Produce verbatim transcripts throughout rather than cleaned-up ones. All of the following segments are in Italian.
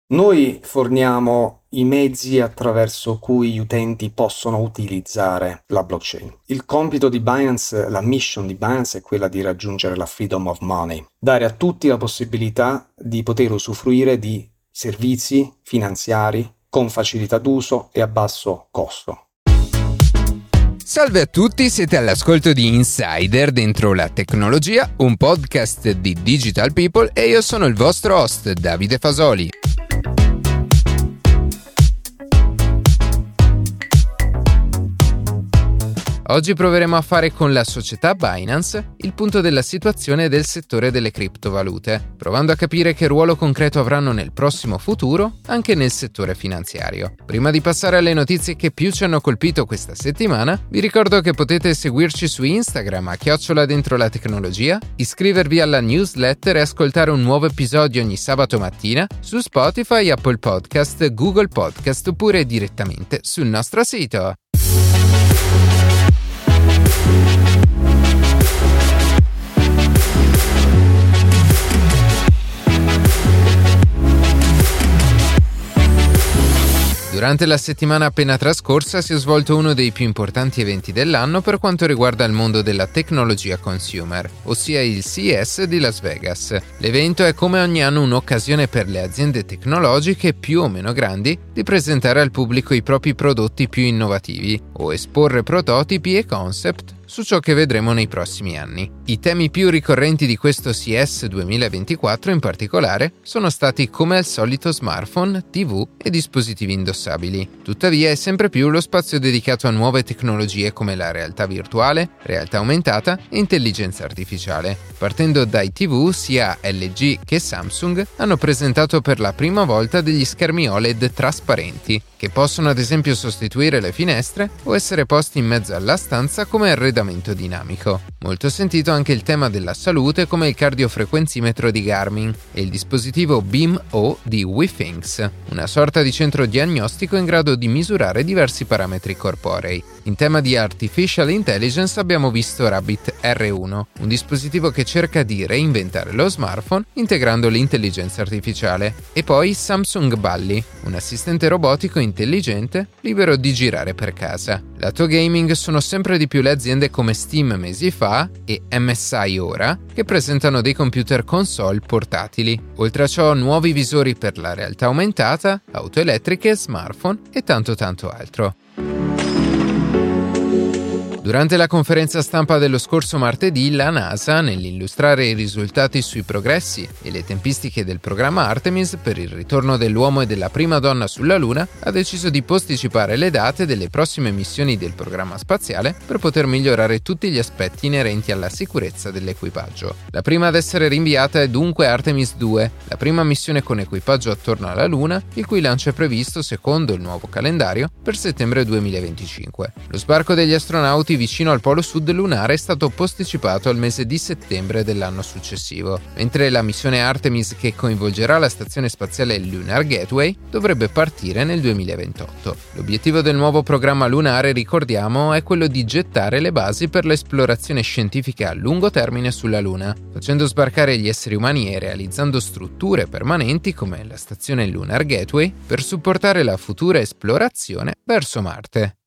Noi forniamo i mezzi attraverso cui gli utenti possono utilizzare la blockchain. Il compito di Binance, la mission di Binance è quella di raggiungere la freedom of money, dare a tutti la possibilità di poter usufruire di servizi finanziari con facilità d'uso e a basso costo. Salve a tutti, siete all'ascolto di Insider dentro la tecnologia, un podcast di Digital People e io sono il vostro host Davide Fasoli. Oggi proveremo a fare con la società Binance il punto della situazione del settore delle criptovalute, provando a capire che ruolo concreto avranno nel prossimo futuro anche nel settore finanziario. Prima di passare alle notizie che più ci hanno colpito questa settimana, vi ricordo che potete seguirci su Instagram a chiocciola dentro la tecnologia, iscrivervi alla newsletter e ascoltare un nuovo episodio ogni sabato mattina su Spotify, Apple Podcast, Google Podcast oppure direttamente sul nostro sito. Durante la settimana appena trascorsa si è svolto uno dei più importanti eventi dell'anno per quanto riguarda il mondo della tecnologia consumer, ossia il C E S di Las Vegas. L'evento è come ogni anno un'occasione per le aziende tecnologiche più o meno grandi di presentare al pubblico i propri prodotti più innovativi o esporre prototipi e concept su ciò che vedremo nei prossimi anni. I temi più ricorrenti di questo C E S duemilaventiquattro in particolare sono stati come al solito smartphone, tivù e dispositivi indossabili. Tuttavia è sempre più lo spazio dedicato a nuove tecnologie come la realtà virtuale, realtà aumentata e intelligenza artificiale. Partendo dai tivù, sia L G che Samsung hanno presentato per la prima volta degli schermi O L E D trasparenti, che possono ad esempio sostituire le finestre o essere posti in mezzo alla stanza come arredamento dinamico. Molto sentito anche il tema della salute come il cardiofrequenzimetro di Garmin e il dispositivo Beam O di WeThings, una sorta di centro diagnostico in grado di misurare diversi parametri corporei. In tema di Artificial Intelligence abbiamo visto Rabbit R uno, un dispositivo che cerca di reinventare lo smartphone integrando l'intelligenza artificiale, e poi Samsung Balli, un assistente robotico intelligente libero di girare per casa. Lato gaming sono sempre di più le aziende come Steam mesi fa e M S I ora che presentano dei computer console portatili. Oltre a ciò nuovi visori per la realtà aumentata, auto elettriche, smartphone e tanto tanto altro. Durante la conferenza stampa dello scorso martedì, la NASA, nell'illustrare i risultati sui progressi e le tempistiche del programma Artemis per il ritorno dell'uomo e della prima donna sulla Luna, ha deciso di posticipare le date delle prossime missioni del programma spaziale per poter migliorare tutti gli aspetti inerenti alla sicurezza dell'equipaggio. La prima ad essere rinviata è dunque Artemis due, la prima missione con equipaggio attorno alla Luna, il cui lancio è previsto, secondo il nuovo calendario, per settembre duemilaventicinque. Lo sbarco degli astronauti vicino al polo sud lunare è stato posticipato al mese di settembre dell'anno successivo, mentre la missione Artemis, che coinvolgerà la stazione spaziale Lunar Gateway, dovrebbe partire nel duemilaventotto. L'obiettivo del nuovo programma lunare, ricordiamo, è quello di gettare le basi per l'esplorazione scientifica a lungo termine sulla Luna, facendo sbarcare gli esseri umani e realizzando strutture permanenti come la stazione Lunar Gateway per supportare la futura esplorazione verso Marte.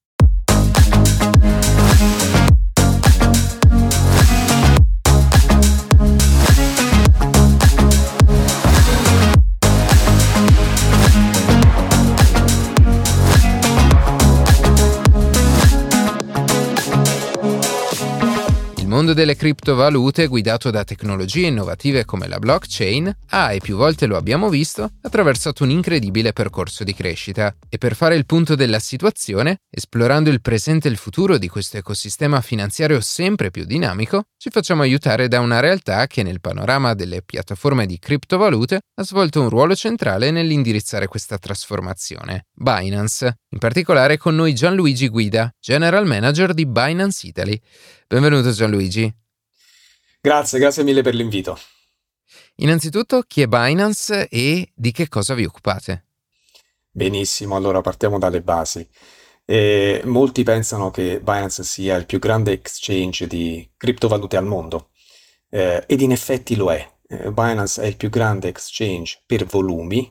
Il mondo delle criptovalute, guidato da tecnologie innovative come la blockchain, ha, e più volte lo abbiamo visto, attraversato un incredibile percorso di crescita. E per fare il punto della situazione, esplorando il presente e il futuro di questo ecosistema finanziario sempre più dinamico, ci facciamo aiutare da una realtà che nel panorama delle piattaforme di criptovalute ha svolto un ruolo centrale nell'indirizzare questa trasformazione: Binance. In particolare con noi Gianluigi Guida, General Manager di Binance Italy. Benvenuto Gianluigi. Grazie, grazie mille per l'invito. Innanzitutto, chi è Binance e di che cosa vi occupate? Benissimo, allora partiamo dalle basi. Eh, molti pensano che Binance sia il più grande exchange di criptovalute al mondo, eh, ed in effetti lo è. Eh, Binance è il più grande exchange per volumi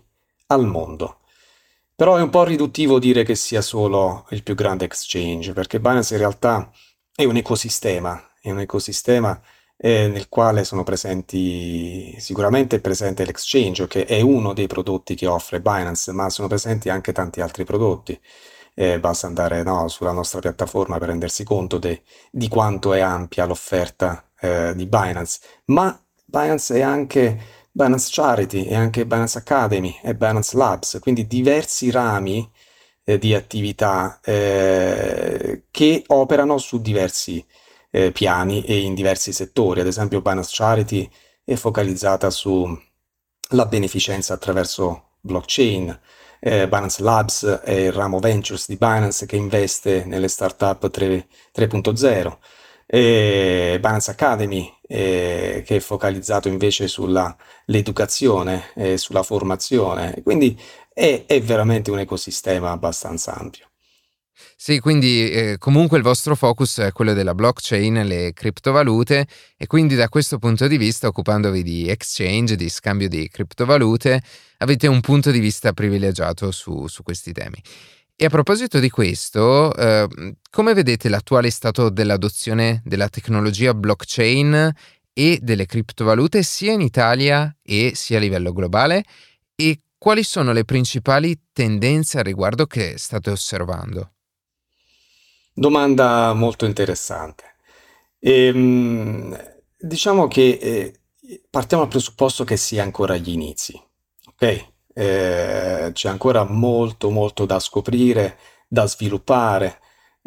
al mondo. Però è un po' riduttivo dire che sia solo il più grande exchange, perché Binance in realtà è un ecosistema, è un ecosistema eh, nel quale sono presenti, sicuramente è presente l'exchange, che è uno dei prodotti che offre Binance, ma sono presenti anche tanti altri prodotti. Eh, basta andare, no, sulla nostra piattaforma per rendersi conto de- di quanto è ampia l'offerta eh, di Binance. Ma Binance è anche Binance Charity, è anche Binance Academy e Binance Labs, quindi diversi rami eh, di attività eh, che operano su diversi eh, piani e in diversi settori. Ad esempio, Binance Charity è focalizzata sulla beneficenza attraverso blockchain. Eh, Binance Labs è il ramo Ventures di Binance che investe nelle startup tre punto zero. E Binance Academy, eh, che è focalizzato invece sulla l'educazione e sulla formazione. Quindi è, è veramente un ecosistema abbastanza ampio. Sì, quindi eh, comunque il vostro focus è quello della blockchain, le criptovalute, e quindi da questo punto di vista, occupandovi di exchange, di scambio di criptovalute, avete un punto di vista privilegiato su, su questi temi. E a proposito di questo, eh, come vedete l'attuale stato dell'adozione della tecnologia blockchain e delle criptovalute sia in Italia e sia a livello globale? E quali sono le principali tendenze al riguardo che state osservando? Domanda molto interessante. Ehm, diciamo che eh, partiamo dal presupposto che sia ancora agli inizi, ok? Eh, c'è ancora molto molto da scoprire, da sviluppare,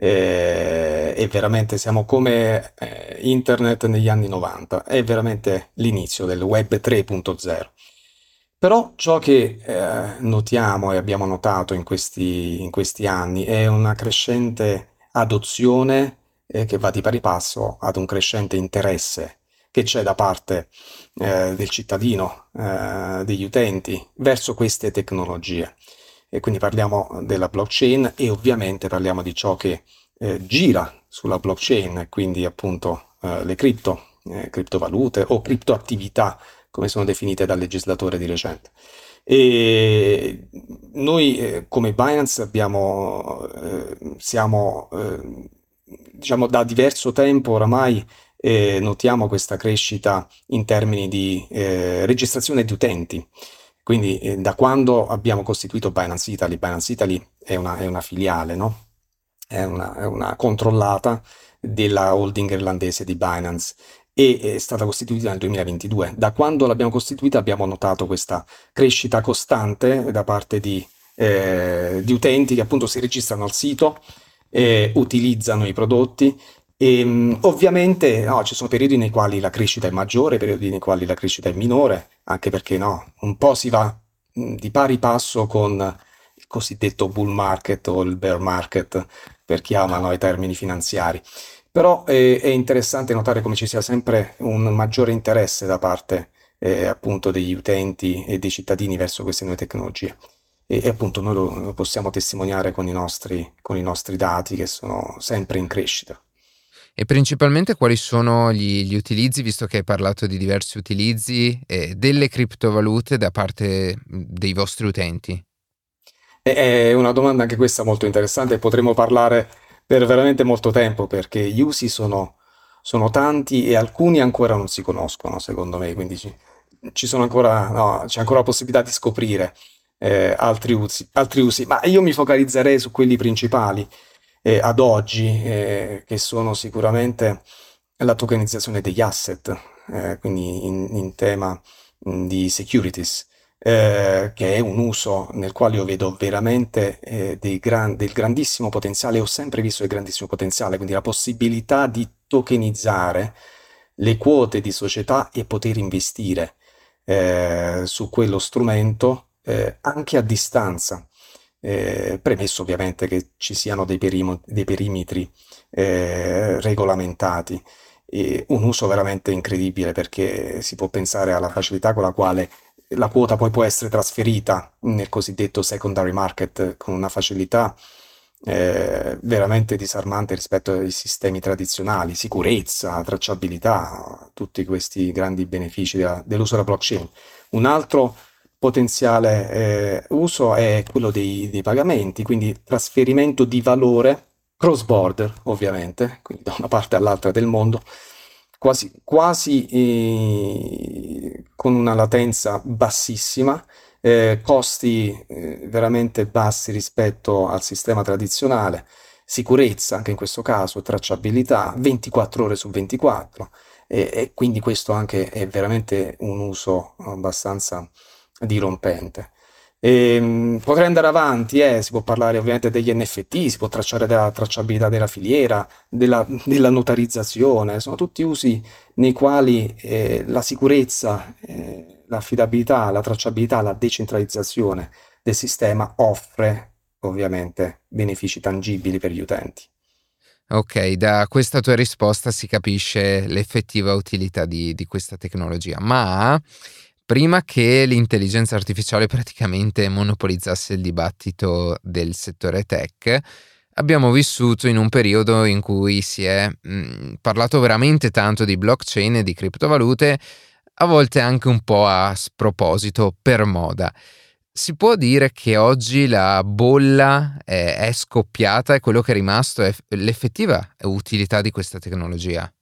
eh, e veramente siamo come eh, internet negli anni novanta, è veramente l'inizio del web tre punto zero. Però ciò che eh, notiamo e abbiamo notato in questi, in questi anni è una crescente adozione eh, che va di pari passo ad un crescente interesse che c'è da parte eh, del cittadino, eh, degli utenti verso queste tecnologie. E quindi parliamo della blockchain e ovviamente parliamo di ciò che eh, gira sulla blockchain, quindi appunto eh, le cripto, eh, criptovalute o criptoattività come sono definite dal legislatore di recente. E noi eh, come Binance abbiamo, eh, siamo, eh, diciamo, da diverso tempo oramai eh, notiamo questa crescita in termini di eh, registrazione di utenti. Quindi eh, da quando abbiamo costituito Binance Italy, Binance Italy è una, è una filiale, no? È una, è una controllata della holding irlandese di Binance e è stata costituita nel duemilaventidue. Da quando l'abbiamo costituita abbiamo notato questa crescita costante da parte di, eh, di utenti che appunto si registrano al sito, eh, utilizzano i prodotti e mh, ovviamente no, ci sono periodi nei quali la crescita è maggiore, periodi nei quali la crescita è minore, anche perché no, un po' si va mh, di pari passo con il cosiddetto bull market o il bear market, per chi ama, no, i termini finanziari. Però eh, è interessante notare come ci sia sempre un maggiore interesse da parte eh, appunto degli utenti e dei cittadini verso queste nuove tecnologie. E, e appunto noi lo, lo possiamo testimoniare con i nostri, con i nostri dati che sono sempre in crescita. E principalmente quali sono gli, gli utilizzi, visto che hai parlato di diversi utilizzi eh, delle criptovalute da parte dei vostri utenti? E- È una domanda anche questa molto interessante e potremo parlare per veramente molto tempo perché gli usi sono, sono tanti e alcuni ancora non si conoscono, secondo me, quindi ci, ci sono ancora, no, c'è ancora la possibilità di scoprire eh, altri usi, altri usi, ma io mi focalizzerei su quelli principali eh, ad oggi, eh, che sono sicuramente la tokenizzazione degli asset, eh, quindi in, in tema mh, di securities, eh, che è un uso nel quale io vedo veramente eh, dei gran- del grandissimo potenziale, ho sempre visto il grandissimo potenziale, quindi la possibilità di tokenizzare le quote di società e poter investire eh, su quello strumento eh, anche a distanza. Eh, premesso ovviamente che ci siano dei, perimo- dei perimetri eh, regolamentati e un uso veramente incredibile perché si può pensare alla facilità con la quale la quota poi può essere trasferita nel cosiddetto secondary market con una facilità eh, veramente disarmante rispetto ai sistemi tradizionali, sicurezza, tracciabilità, tutti questi grandi benefici della- dell'uso della blockchain. Un altro potenziale eh, uso è quello dei, dei pagamenti, quindi trasferimento di valore cross border, ovviamente, quindi da una parte all'altra del mondo, quasi, quasi eh, con una latenza bassissima, eh, costi eh, veramente bassi rispetto al sistema tradizionale, sicurezza anche in questo caso, tracciabilità ventiquattro ore su ventiquattro, e, e quindi questo anche è veramente un uso abbastanza dirompente. Ehm, potrei andare avanti, eh, si può parlare ovviamente degli N F T, si può tracciare della tracciabilità della filiera, della, della notarizzazione, sono tutti usi nei quali eh, la sicurezza, eh, l'affidabilità, la tracciabilità, la decentralizzazione del sistema offre ovviamente benefici tangibili per gli utenti. Ok, da questa tua risposta si capisce l'effettiva utilità di, di questa tecnologia, ma prima che l'intelligenza artificiale praticamente monopolizzasse il dibattito del settore tech, abbiamo vissuto in un periodo in cui si è mh, parlato veramente tanto di blockchain e di criptovalute, a volte anche un po' a sproposito, per moda. Si può dire che oggi la bolla è, è scoppiata e quello che è rimasto è l'effettiva utilità di questa tecnologia.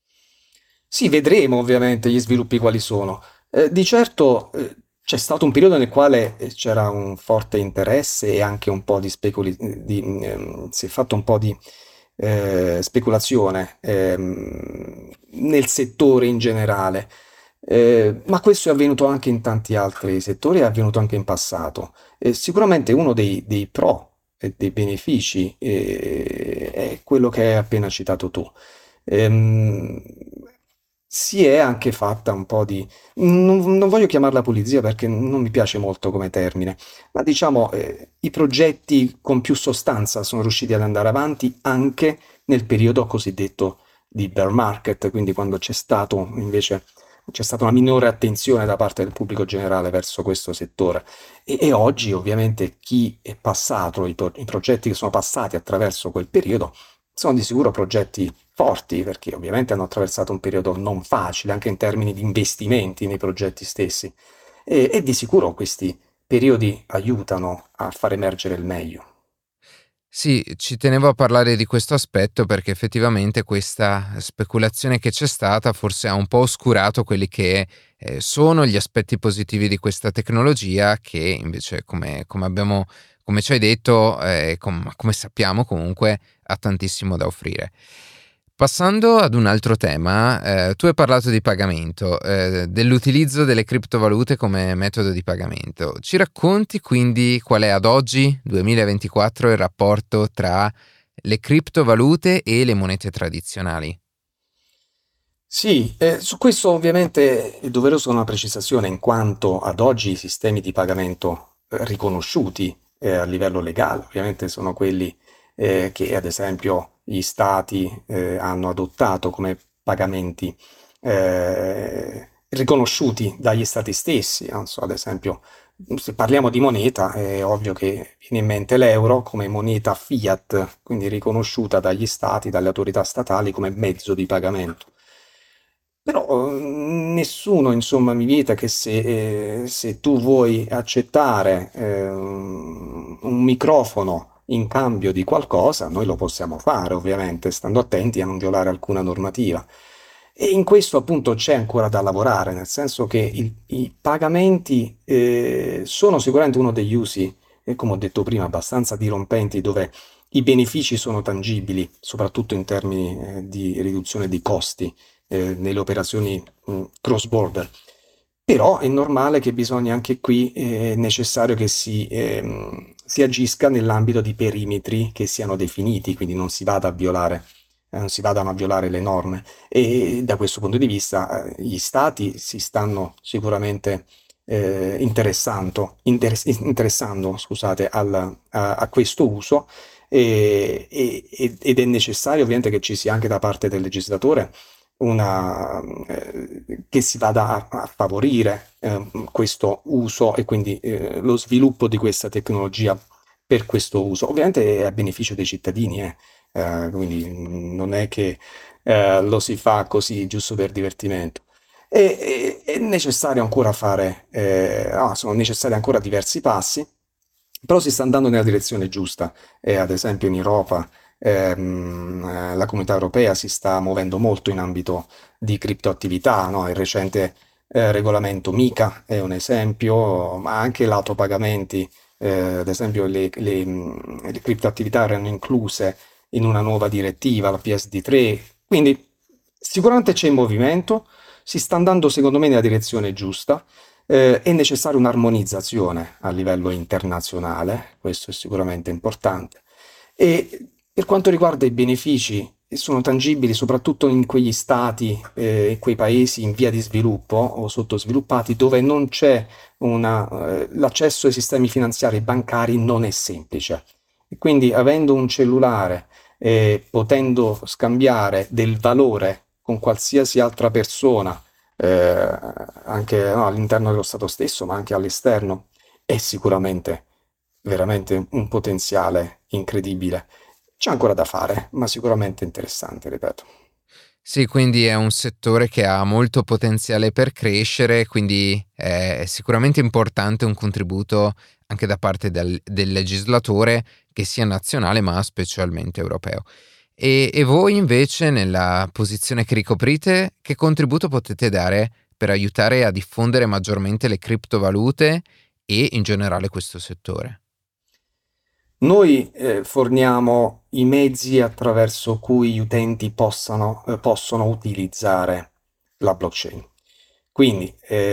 Sì, vedremo ovviamente gli sviluppi quali sono. Eh, di certo eh, c'è stato un periodo nel quale eh, c'era un forte interesse e anche un po' di speculi- di, ehm, si è fatto un po' di eh, speculazione ehm, nel settore in generale. Eh, ma questo è avvenuto anche in tanti altri settori, è avvenuto anche in passato. Eh, sicuramente uno dei, dei pro e dei benefici eh, è quello che hai appena citato tu. Ehm, si è anche fatta un po' di... Non, non voglio chiamarla pulizia perché non mi piace molto come termine, ma diciamo eh, i progetti con più sostanza sono riusciti ad andare avanti anche nel periodo cosiddetto di bear market, quindi quando c'è stato invece c'è stata una minore attenzione da parte del pubblico generale verso questo settore. E, e oggi ovviamente chi è passato, i, pro- i progetti che sono passati attraverso quel periodo, sono di sicuro progetti forti, perché ovviamente hanno attraversato un periodo non facile, anche in termini di investimenti nei progetti stessi. E, e di sicuro questi periodi aiutano a far emergere il meglio. Sì, ci tenevo a parlare di questo aspetto perché effettivamente questa speculazione che c'è stata forse ha un po' oscurato quelli che eh, sono gli aspetti positivi di questa tecnologia che invece, come, come abbiamo, come ci hai detto, eh, com- come sappiamo comunque, ha tantissimo da offrire. Passando ad un altro tema, eh, tu hai parlato di pagamento, eh, dell'utilizzo delle criptovalute come metodo di pagamento. Ci racconti quindi qual è ad oggi, duemilaventiquattro, il rapporto tra le criptovalute e le monete tradizionali? Sì, eh, su questo ovviamente è doverosa una precisazione, in quanto ad oggi i sistemi di pagamento eh, riconosciuti eh, a livello legale, ovviamente sono quelli eh, che ad esempio gli stati eh, hanno adottato come pagamenti eh, riconosciuti dagli stati stessi. Non so, ad esempio, se parliamo di moneta, è ovvio che viene in mente l'euro come moneta fiat, quindi riconosciuta dagli stati, dalle autorità statali come mezzo di pagamento. Però eh, nessuno, insomma, mi vieta che se, eh, se tu vuoi accettare eh, un microfono in cambio di qualcosa, noi lo possiamo fare, ovviamente, stando attenti a non violare alcuna normativa. E in questo appunto c'è ancora da lavorare, nel senso che il- i pagamenti eh, sono sicuramente uno degli usi, e come ho detto prima, abbastanza dirompenti, dove i benefici sono tangibili, soprattutto in termini eh, di riduzione di costi eh, nelle operazioni mh, cross border. Però è normale che bisogna anche qui, eh, è necessario che si, ehm, si agisca nell'ambito di perimetri che siano definiti, quindi non si vada a violare, eh, non si vadano a violare le norme. E da questo punto di vista, eh, gli stati si stanno sicuramente eh, interessando, interess- interessando, scusate, al- a, a questo uso e- e- ed è necessario ovviamente che ci sia anche da parte del legislatore una, eh, che si vada a, a favorire eh, questo uso e quindi eh, lo sviluppo di questa tecnologia per questo uso. Ovviamente è a beneficio dei cittadini, eh. Eh, quindi non è che eh, lo si fa così giusto per divertimento. E- e- necessario ancora fare, eh, ah, sono necessari ancora diversi passi, però si sta andando nella direzione giusta. E ad esempio in Europa ehm, eh, la comunità europea si sta muovendo molto in ambito di criptoattività, no? Il recente eh, regolamento MiCA è un esempio, ma anche lato pagamenti, eh, ad esempio le, le, mh, le criptoattività erano incluse in una nuova direttiva, la P S D tre, quindi sicuramente c'è movimento, si sta andando secondo me nella direzione giusta. Eh, è necessaria un'armonizzazione a livello internazionale, questo è sicuramente importante. E per quanto riguarda i benefici, sono tangibili soprattutto in quegli stati, eh, in quei paesi in via di sviluppo o sottosviluppati dove non c'è una, eh, l'accesso ai sistemi finanziari bancari non è semplice. E quindi avendo un cellulare e potendo scambiare del valore con qualsiasi altra persona, eh, anche no, all'interno dello Stato stesso, ma anche all'esterno, è sicuramente veramente un potenziale incredibile. C'è ancora da fare, ma sicuramente interessante, ripeto. Sì, quindi è un settore che ha molto potenziale per crescere, quindi è sicuramente importante un contributo anche da parte del, del legislatore, che sia nazionale ma specialmente europeo. E, e voi invece, nella posizione che ricoprite, che contributo potete dare per aiutare a diffondere maggiormente le criptovalute e in generale questo settore? Noi eh, forniamo i mezzi attraverso cui gli utenti possano, eh, possono utilizzare la blockchain. Quindi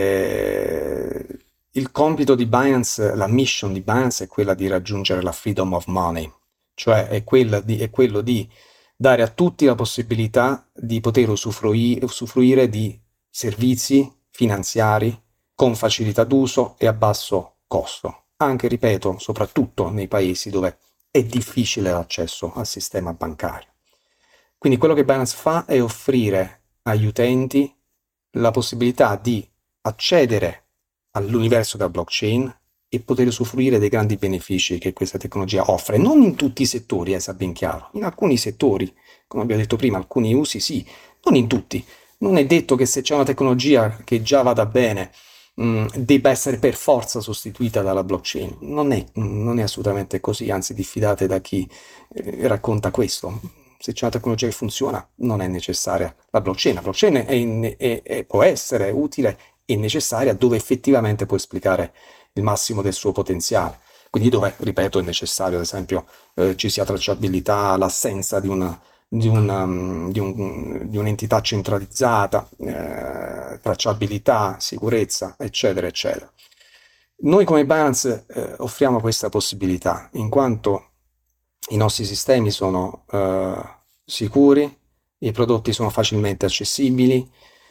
eh, il compito di Binance, la mission di Binance è quella di raggiungere la freedom of money, cioè è, quella di, è quello di dare a tutti la possibilità di poter usufrui- usufruire di servizi finanziari con facilità d'uso e a basso costo. Anche, ripeto, soprattutto nei paesi dove è difficile l'accesso al sistema bancario. Quindi quello che Binance fa è offrire agli utenti la possibilità di accedere all'universo della blockchain e poter usufruire dei grandi benefici che questa tecnologia offre, non in tutti i settori, eh, sia ben chiaro, in alcuni settori, come abbiamo detto prima, alcuni usi sì, non in tutti. Non è detto che se c'è una tecnologia che già vada bene, mh, debba essere per forza sostituita dalla blockchain. Non è, non è assolutamente così, anzi diffidate da chi eh, racconta questo. Se c'è una tecnologia che funziona, non è necessaria la blockchain. La blockchain è in- è- è- può essere utile e necessaria dove effettivamente può esplicare il massimo del suo potenziale. Quindi dove, ripeto, è necessario, ad esempio, eh, ci sia tracciabilità, l'assenza di una, di una, mm, di un- di un'entità centralizzata, eh, tracciabilità, sicurezza, eccetera, eccetera. Noi come Binance eh, offriamo questa possibilità in quanto i nostri sistemi sono eh, sicuri, i prodotti sono facilmente accessibili,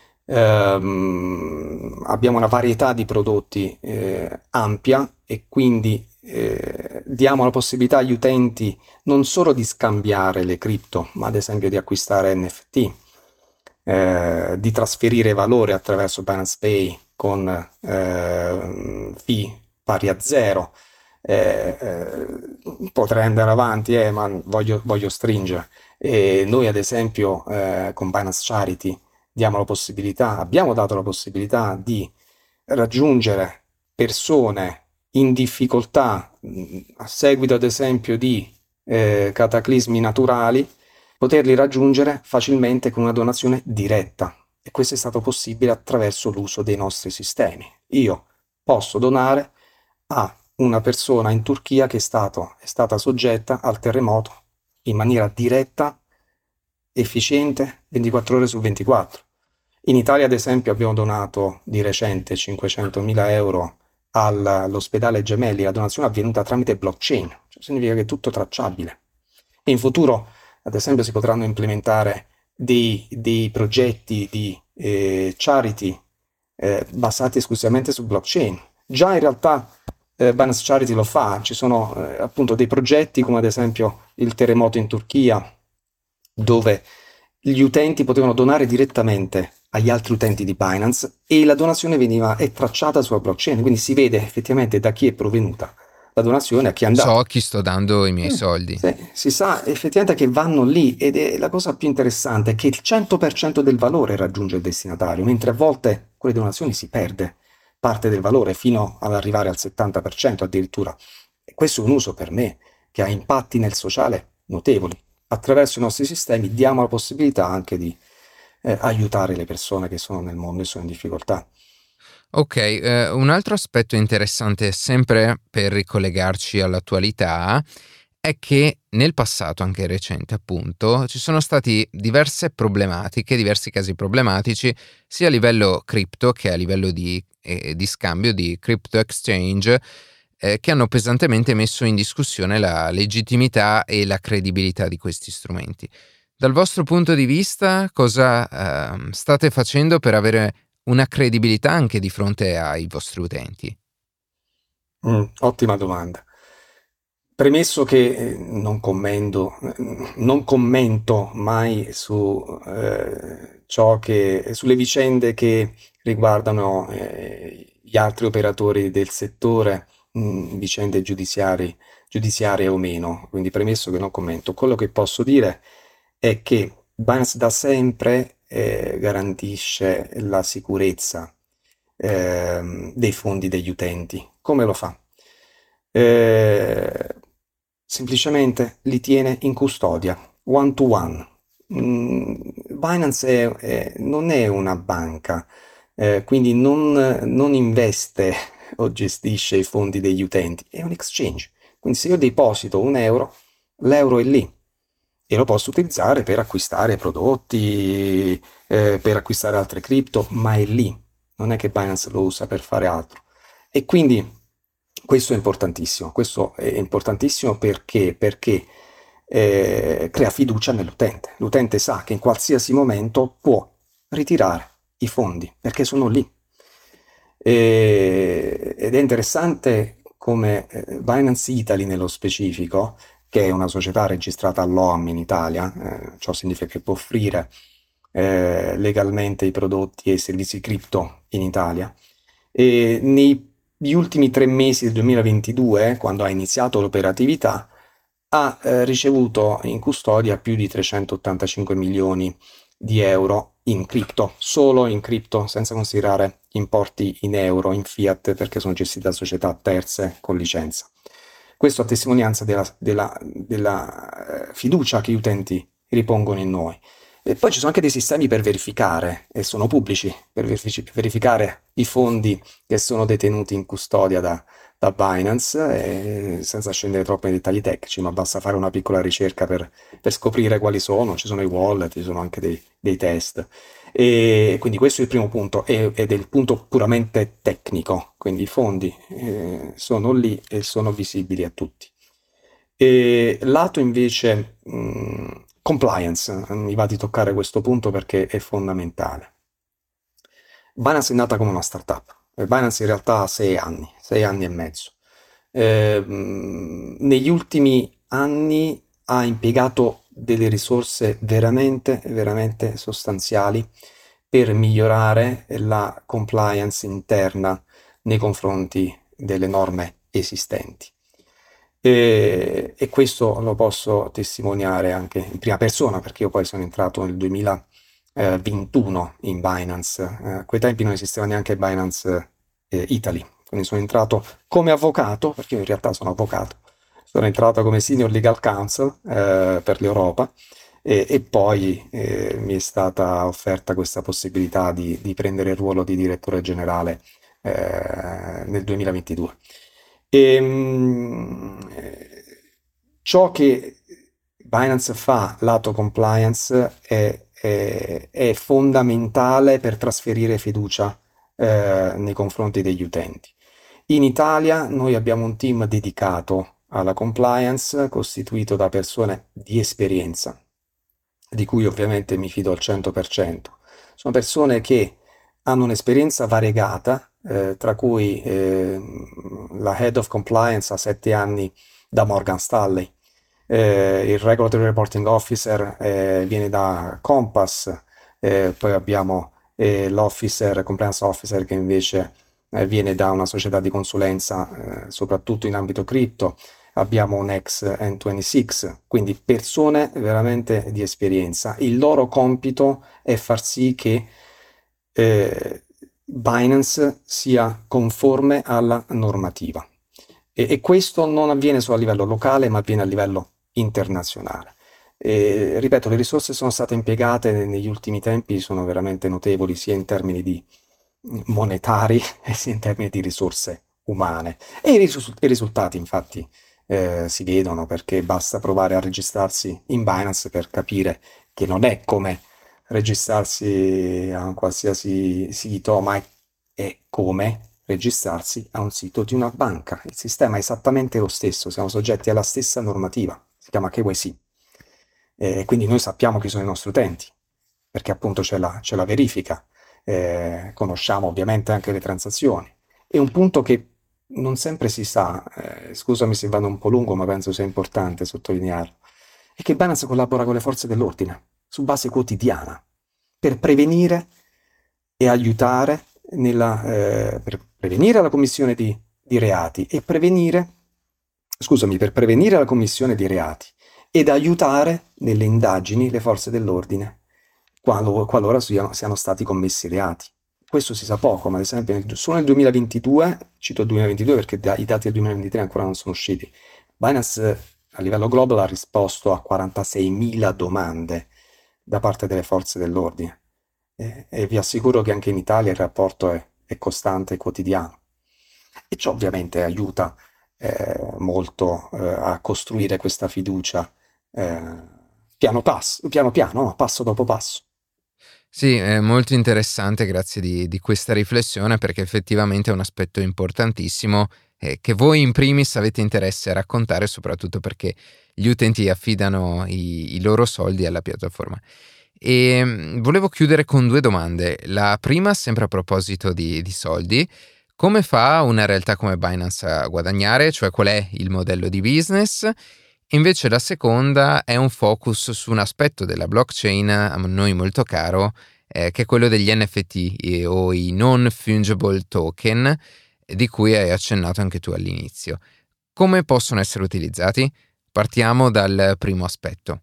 ehm, abbiamo una varietà di prodotti eh, ampia e quindi eh, diamo la possibilità agli utenti non solo di scambiare le cripto, ma ad esempio di acquistare N F T, eh, di trasferire valore attraverso Binance Pay con eh, fee pari a zero. Eh, eh, potrei andare avanti, eh, ma voglio, voglio stringere. E noi, ad esempio, eh, con Binance Charity diamo la possibilità, abbiamo dato la possibilità di raggiungere persone in difficoltà mh, a seguito, ad esempio, di eh, cataclismi naturali, poterli raggiungere facilmente con una donazione diretta. E questo è stato possibile attraverso l'uso dei nostri sistemi. Io posso donare a una persona in Turchia che è, stato, è stata soggetta al terremoto in maniera diretta, efficiente, ventiquattro ore su ventiquattro. In Italia, ad esempio, abbiamo donato di recente cinquecentomila euro al- all'ospedale Gemelli. La donazione è avvenuta tramite blockchain, cioè significa che è tutto tracciabile. E in futuro, ad esempio, si potranno implementare dei, dei progetti di eh, charity eh, basati esclusivamente su blockchain. Già in realtà eh, Binance Charity lo fa, ci sono eh, appunto dei progetti come ad esempio il terremoto in Turchia, dove gli utenti potevano donare direttamente agli altri utenti di Binance e la donazione veniva è tracciata sulla blockchain, quindi si vede effettivamente da chi è provenuta la donazione, a chi è So andata. a chi sto dando i miei Mm, soldi. sì, si sa effettivamente che vanno lì ed è la cosa più interessante è che il cento per cento del valore raggiunge il destinatario, mentre a volte con le donazioni si perde parte del valore fino ad arrivare al settanta per cento addirittura. E questo è un uso per me che ha impatti nel sociale notevoli. Attraverso i nostri sistemi diamo la possibilità anche di eh, aiutare le persone che sono nel mondo e sono in difficoltà. Ok, eh, un altro aspetto interessante, sempre per ricollegarci all'attualità, è che nel passato, anche recente appunto, ci sono stati diverse problematiche, diversi casi problematici, sia a livello cripto che a livello di, eh, di scambio di crypto exchange, eh, che hanno pesantemente messo in discussione la legittimità e la credibilità di questi strumenti. Dal vostro punto di vista, cosa eh, state facendo per avere una credibilità anche di fronte ai vostri utenti? Mm, ottima domanda. Premesso che eh, non commento, eh, non commento mai su eh, ciò che, sulle vicende che riguardano eh, gli altri operatori del settore, mh, vicende giudiziari, giudiziarie o meno, quindi premesso che non commento, quello che posso dire è che Binance da sempre eh, garantisce la sicurezza ehm, dei fondi degli utenti. Come lo fa? Eh, semplicemente li tiene in custodia, one to one. Mm, Binance è- è- non è una banca, eh, quindi non, non investe o gestisce i fondi degli utenti, è un exchange. Quindi se io deposito un euro, l'euro è lì e lo posso utilizzare per acquistare prodotti, eh, per acquistare altre cripto, ma è lì. Non è che Binance lo usa per fare altro. E quindi questo è importantissimo. Questo è importantissimo perché, perché eh, crea fiducia nell'utente. L'utente sa che in qualsiasi momento può ritirare i fondi perché sono lì. E- ed è interessante come eh, Binance Italy nello specifico, che è una società registrata all'O A M in Italia, eh, ciò significa che può offrire eh, legalmente i prodotti e i servizi cripto in Italia. E negli ultimi tre mesi del duemilaventidue, quando ha iniziato l'operatività, ha eh, ricevuto in custodia più di trecentottantacinque milioni di euro in cripto, solo in cripto, senza considerare importi in euro, in fiat, perché sono gestite da società terze con licenza. Questo a testimonianza della, della- della, eh, fiducia che gli utenti ripongono in noi. E poi ci sono anche dei sistemi per verificare, e sono pubblici, per verifici- verificare i fondi che sono detenuti in custodia da, da Binance, eh, senza scendere troppo nei dettagli tecnici, ma basta fare una piccola ricerca per, per scoprire quali sono. Ci sono i wallet, ci sono anche dei, dei test. E quindi questo è il primo punto, e- ed è il punto puramente tecnico, quindi i fondi eh, sono lì e sono visibili a tutti. E lato invece mh, compliance, mi va di toccare questo punto perché è fondamentale. Binance è nata come una startup, e Binance in realtà ha sei anni, sei anni e mezzo. Eh, mh, negli ultimi anni ha impiegato delle risorse veramente, veramente sostanziali per migliorare la compliance interna nei confronti delle norme esistenti. E, e questo lo posso testimoniare anche in prima persona, perché io poi sono entrato nel duemilaventuno in Binance. Eh, a quei tempi non esisteva neanche Binance eh, Italy, quindi sono entrato come avvocato, perché io in realtà sono avvocato. Sono entrato come Senior Legal Counsel eh, per l'Europa e, e poi eh, mi è stata offerta questa possibilità di, di prendere il ruolo di direttore generale eh, nel duemilaventidue. E, mh, eh, ciò che Binance fa lato compliance è, è- è fondamentale per trasferire fiducia eh, nei confronti degli utenti. In Italia noi abbiamo un team dedicato alla compliance, costituito da persone di esperienza, di cui ovviamente mi fido al cento per cento. Sono persone che hanno un'esperienza variegata, eh, tra cui eh, la Head of Compliance ha sette anni da Morgan Stanley, eh, il Regulatory Reporting Officer eh, viene da Compass, eh, poi abbiamo eh, l'Officer, Compliance Officer che invece eh, viene da una società di consulenza, eh, soprattutto in ambito cripto. Abbiamo un ex N ventisei, quindi persone veramente di esperienza. Il loro compito è far sì che eh, Binance sia conforme alla normativa. E, e questo non avviene solo a livello locale, ma avviene a livello internazionale. E, ripeto, le risorse sono state impiegate negli ultimi tempi, sono veramente notevoli, sia in termini di monetari e sia in termini di risorse umane. E i, risu- i risultati, infatti, eh, si vedono, perché basta provare a registrarsi in Binance per capire che non è come registrarsi a un qualsiasi sito, ma è, è come registrarsi a un sito di una banca. Il sistema è esattamente lo stesso, siamo soggetti alla stessa normativa, si chiama K Y C. E quindi noi sappiamo chi sono i nostri utenti, perché appunto c'è la, c'è la verifica, eh, conosciamo ovviamente anche le transazioni. E un punto che non sempre si sa, eh, scusami se vado un po' lungo, ma penso sia importante sottolinearlo, è che Binance collabora con le forze dell'ordine su base quotidiana per prevenire e aiutare nella, eh, per prevenire la commissione di, di reati e prevenire, scusami, per prevenire la commissione di reati ed aiutare nelle indagini le forze dell'ordine qualo- qualora siano, siano stati commessi reati. Questo si sa poco, ma ad esempio nel- solo nel duemilaventidue, cito il duemilaventidue perché da- i dati del duemilaventitré ancora non sono usciti, Binance a livello global ha risposto a quarantaseimila domande da parte delle forze dell'ordine. E, e vi assicuro che anche in Italia il rapporto è, è costante e quotidiano. E ciò ovviamente aiuta eh, molto eh, a costruire questa fiducia eh, piano, passo, piano piano, no? Passo dopo passo. Sì, è molto interessante, grazie di, di questa riflessione, perché effettivamente è un aspetto importantissimo eh, che voi in primis avete interesse a raccontare, soprattutto perché gli utenti affidano i, i loro soldi alla piattaforma. E mh, volevo chiudere con due domande. La prima, sempre a proposito di, di soldi: come fa una realtà come Binance a guadagnare? Cioè, qual è il modello di business? Invece la seconda è un focus su un aspetto della blockchain a noi molto caro, eh, che è quello degli N F T eh, o i non fungible token, eh, di cui hai accennato anche tu all'inizio. Come possono essere utilizzati? Partiamo dal primo aspetto.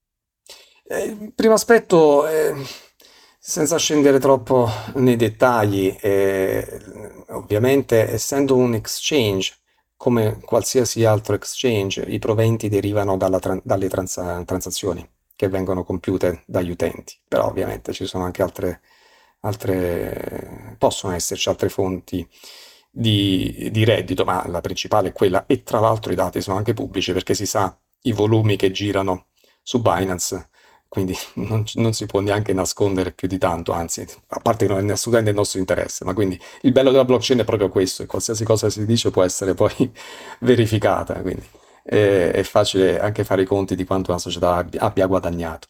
Eh, il primo aspetto, eh, senza scendere troppo nei dettagli, eh, ovviamente essendo un exchange, come qualsiasi altro exchange, i proventi derivano dalla tran- dalle transa- transazioni che vengono compiute dagli utenti. Però ovviamente ci sono anche altre, altre, possono esserci altre fonti di, di reddito, ma la principale è quella, e tra l'altro i dati sono anche pubblici perché si sa i volumi che girano su Binance, quindi non, ci- non si può neanche nascondere più di tanto, anzi, a parte che non è assolutamente il nostro interesse, ma quindi il bello della blockchain è proprio questo, e qualsiasi cosa si dice può essere poi verificata, quindi è, è facile anche fare i conti di quanto una società abbia, abbia guadagnato.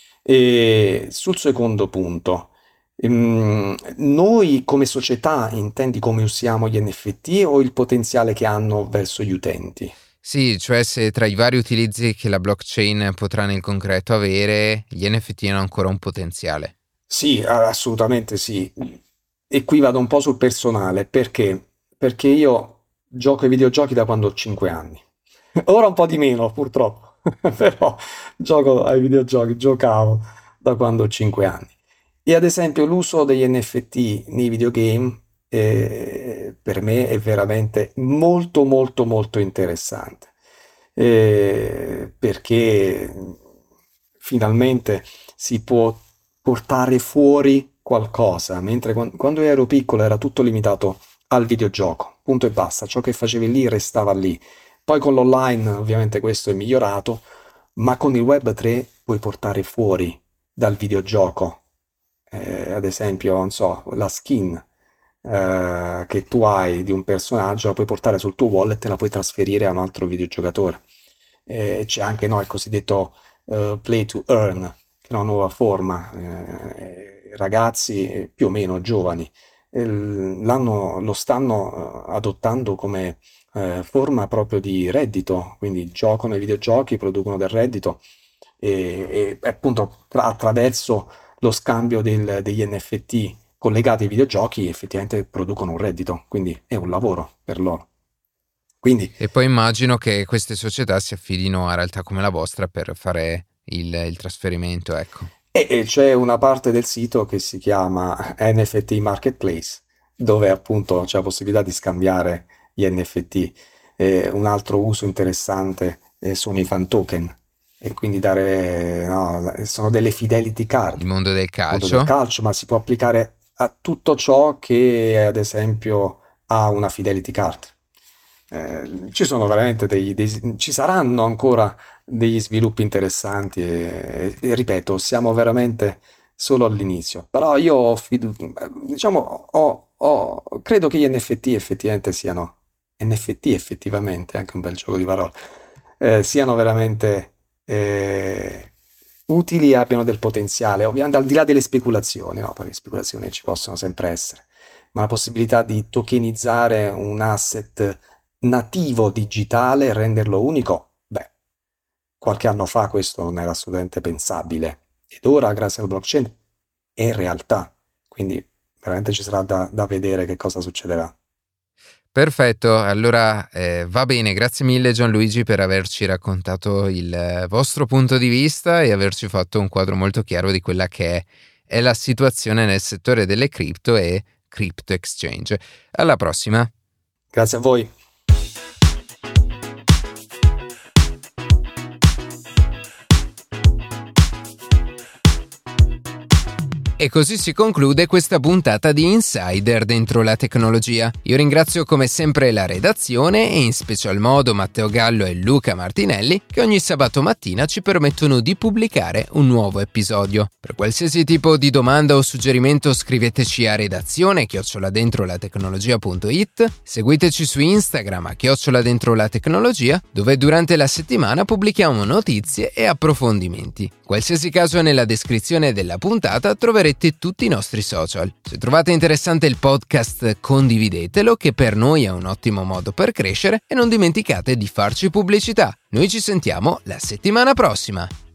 E sul secondo punto, ehm, noi come società intendi come usiamo gli N F T o il potenziale che hanno verso gli utenti? Sì, cioè se tra i vari utilizzi che la blockchain potrà nel concreto avere, gli N F T hanno ancora un potenziale. Sì, a- assolutamente sì. E qui vado un po' sul personale, perché? Perché io gioco ai videogiochi da quando ho cinque anni. Ora un po' di meno, purtroppo, però gioco ai videogiochi, giocavo da quando ho cinque anni. E ad esempio l'uso degli N F T nei videogame eh, per me è veramente molto molto molto interessante. Eh, perché finalmente si può portare fuori qualcosa, mentre quan- quando ero piccolo era tutto limitato al videogioco, punto e basta, ciò che facevi lì restava lì. Poi con l'online ovviamente questo è migliorato, ma con il web tre puoi portare fuori dal videogioco, eh, ad esempio, non so, la skin eh, che tu hai di un personaggio, la puoi portare sul tuo wallet e la puoi trasferire a un altro videogiocatore. Eh, c'è anche no, il cosiddetto eh, play to earn, che è una nuova forma. Eh, ragazzi eh, più o meno giovani eh, l'hanno- lo stanno eh, adottando come eh, forma proprio di reddito, quindi giocano ai videogiochi, producono del reddito e, e appunto tra- attraverso lo scambio del- degli N F T collegati ai videogiochi effettivamente producono un reddito, quindi è un lavoro per loro. Quindi E poi immagino che queste società si affidino a realtà come la vostra per fare il, il trasferimento, ecco. E, e c'è una parte del sito che si chiama N F T Marketplace, dove appunto c'è la possibilità di scambiare gli N F T. Eh, un altro uso interessante eh, sono i fan token, e quindi dare, no, sono delle fidelity card. Il mondo del Il mondo calcio. del calcio, ma si può applicare a tutto ciò che ad esempio ha una fidelity card. Eh, ci sono veramente dei, dei- ci saranno ancora degli sviluppi interessanti e, e ripeto, siamo veramente solo all'inizio. Però io ho fidu- diciamo, ho- ho- credo che gli N F T effettivamente siano N F T effettivamente, anche un bel gioco di parole, eh, siano veramente eh, utili e abbiano del potenziale, ovviamente al di là delle speculazioni, no? Perché le speculazioni ci possono sempre essere, ma la possibilità di tokenizzare un asset nativo digitale e renderlo unico, beh, qualche anno fa questo non era assolutamente pensabile, ed ora grazie al blockchain è realtà, quindi veramente ci sarà da, da vedere che cosa succederà. Perfetto, allora eh, va bene, grazie mille Gianluigi per averci raccontato il eh, vostro punto di vista e averci fatto un quadro molto chiaro di quella che è, è la situazione nel settore delle cripto e crypto exchange. Alla prossima! Grazie a voi. E così si conclude questa puntata di Insider dentro la tecnologia. Io ringrazio come sempre la redazione e in special modo Matteo Gallo e Luca Martinelli che ogni sabato mattina ci permettono di pubblicare un nuovo episodio. Per qualsiasi tipo di domanda o suggerimento scriveteci a redazione chiocciola dentro la tecnologia punto it, seguiteci su Instagram a chiocciola dentro la tecnologia, dove durante la settimana pubblichiamo notizie e approfondimenti. Qualsiasi caso nella descrizione della puntata troverete tutti i nostri social. Se trovate interessante il podcast, condividetelo, che per noi è un ottimo modo per crescere, e non dimenticate di farci pubblicità. Noi ci sentiamo la settimana prossima.